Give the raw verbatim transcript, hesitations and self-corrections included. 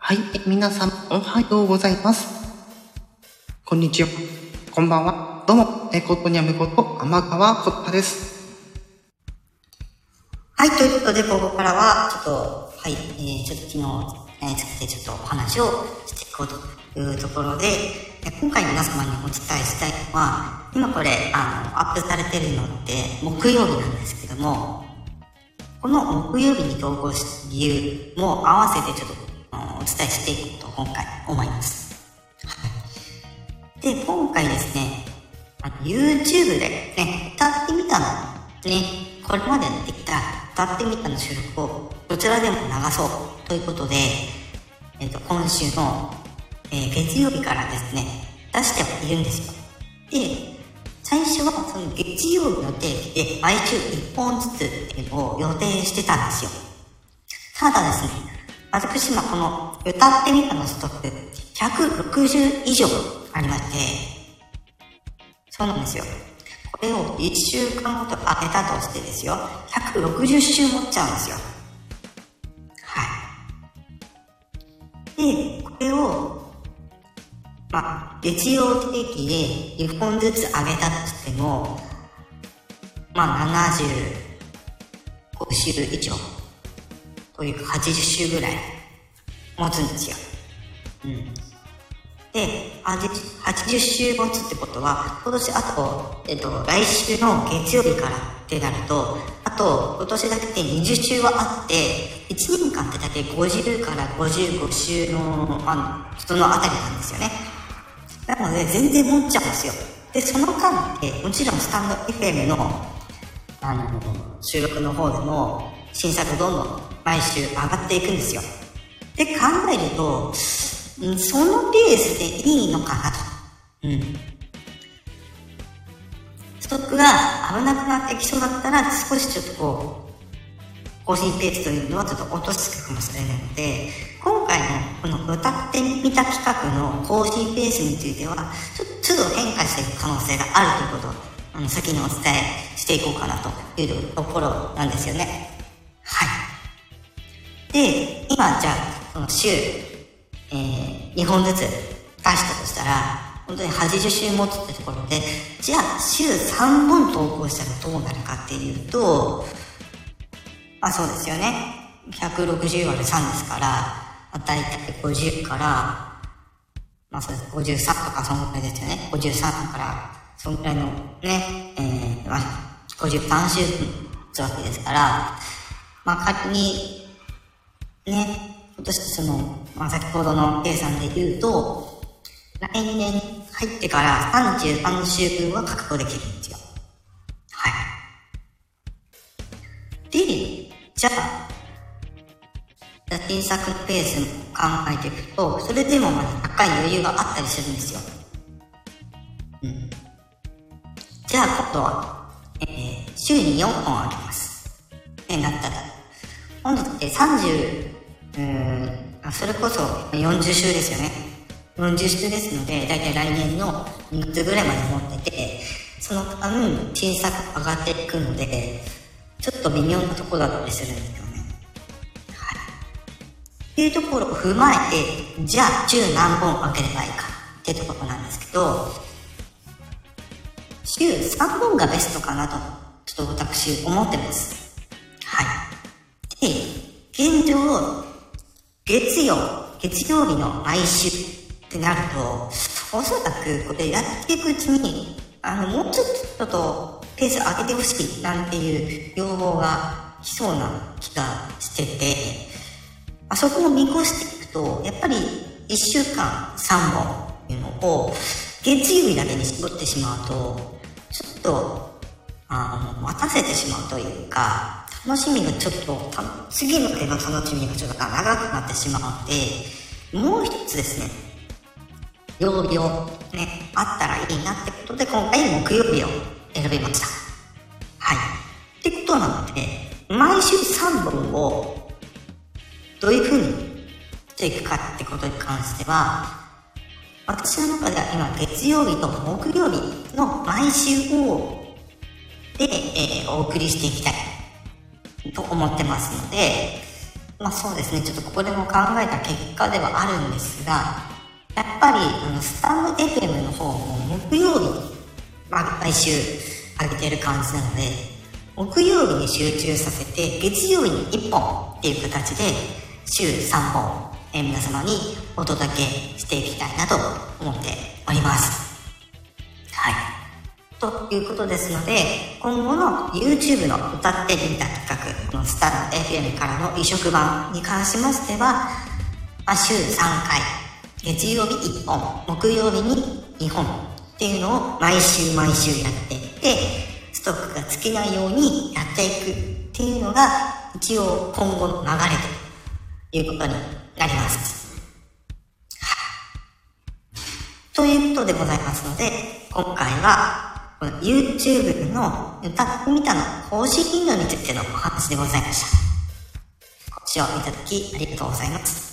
はい、皆さんおはようございます。こんにちは。こんばんは。どうも、えことにゃむこと天川こったです。 はい、ということで、ここからは、ちょっと、はい、えー、ちょっと昨日、えー、作ってちょっとお話をしていこうというところで、今回皆様にお伝えしたいのは、今これ、あの、アップされてるのって木曜日なんですけども、この木曜日に投稿した理由も合わせてちょっとお伝えしていこうと今回思います。で、今回ですね、YouTube でね、歌ってみたのね、これまでできた歌ってみたの収録をどちらでも流そうということで、えっと、今週の、えー、月曜日からですね、出してはいるんですよ。で、最初はその月曜日の定期で毎週いっぽんずつっていうのを予定してたんですよ。ただですね、私今この歌ってみたのストックひゃくろくじゅう以上ありまして、そうなんですよ。これをいっしゅうかんごと当てたとしてですよ、ひゃくろくじゅっしゅう持っちゃうんですよ。はい。で、これを、まあ、月曜定期でいっぽんずつ上げたとしても、まあ、ななじゅうごしゅう以上というかはちじゅっしゅうぐらい持つんですよ。うん。で、はちじゅっしゅう持つってことは、今年あと、えっと、来週の月曜日からってなると、あと、今年だけでにじゅっしゅうはあって、いちねんかんってだけごじゅうからごじゅうごしゅうの、あの、そのあたりなんですよね。なので、全然持っちゃうんですよ。で、その間って、もちろんスタンド エフエム の、あの、収録の方でも、新作どんどん毎週上がっていくんですよ。で、考えると、そのペースでいいのかなと。うん。ストックが危なくなってきそうだったら、少しちょっとこう、更新ペースというのはちょっと落としていくかもしれないので、今回のこの歌ってみた企画の更新ペースについては、ちょっと都度変化していく可能性があるということを、あの、先にお伝えしていこうかなというところなんですよね。はい。で、今じゃあ、その週、えー、にほんずつ出したとしたら、本当にはちじゅっしゅう持つってところで、じゃあ週さんぼん投稿したらどうなるかっていうと、まあそうですよね。ひゃくろくじゅうわるさんですから、まあ、だいたいごじゅうから、まあそうです、ごじゅうさんとかそのぐらいですよね。ごじゅうさんから、そのぐらいのね、えー、まあ、ごじゅうさんしゅう打つわけですから、まあ仮に、ね、今年その、まあ、先ほどの計算で言うと、来年入ってからさんじゅうさんしゅうぶんは確保できるんですよ。はい。で、じゃあ、新作ペースも考えていくと、それでもまだ高い余裕があったりするんですよ。うん。じゃあ今度は、えー、週によんほんあげます。ってなったら、今度ってさんじゅう、うーん、それこそよんじゅっしゅうですよね。よんじゅっしゅうですので、だいたい来年のみっつぐらいまで持ってて、その間、小さく上がっていくので、ちょっと微妙なところだったりするんですよね。はい。っていうところを踏まえて、じゃあ、週何本上げればいいかっていうところなんですけど、週さんぼんがベストかなと、ちょっと私思ってます。はい。で、現状、月曜、月曜日の毎週ってなると、おそらくこれやっていくうちに、あの、もうちょっととペース上げてほしいなんていう要望が来そうな気がしてて、あそこを見越していくと、やっぱりいっしゅうかんさんぼんっていうのを月曜日だけに絞ってしまうと、ちょっと、あの、待たせてしまうというか、楽しみがちょっと、次の手の楽しみがちょっと長くなってしまうので、もう一つですね、曜日をね、あったらいいなってことで、今回木曜日を選びました。はい。ってことなので、毎週さんぼんをどういう風にしていくかってことに関しては、私の中では今月曜日と木曜日の毎週をで、えー、お送りしていきたいと思ってますので、 まあそうですね、ちょっとここでも考えた結果ではあるんですが、やっぱりあのスタンド エフエム の方も木曜日に、まあ、毎週上げてる感じなので、木曜日に集中させて月曜日にいっぽんっていう形で週さんぼん、えー、皆様にお届けしていきたいなと思っております。はい。ということですので、今後の YouTube の歌ってみた企画、このスタンド エフエム からの移植版に関しましては、まあ、週さんかい、月曜日いっぽん、木曜日ににほんっていうのを毎週毎週やっていって、ストックが尽きないようにやっていくっていうのが一応今後の流れということになります。ということでございますので、今回はこの YouTube の歌ってみたの公式機能についてのお話でございました。ご視聴いただきありがとうございます。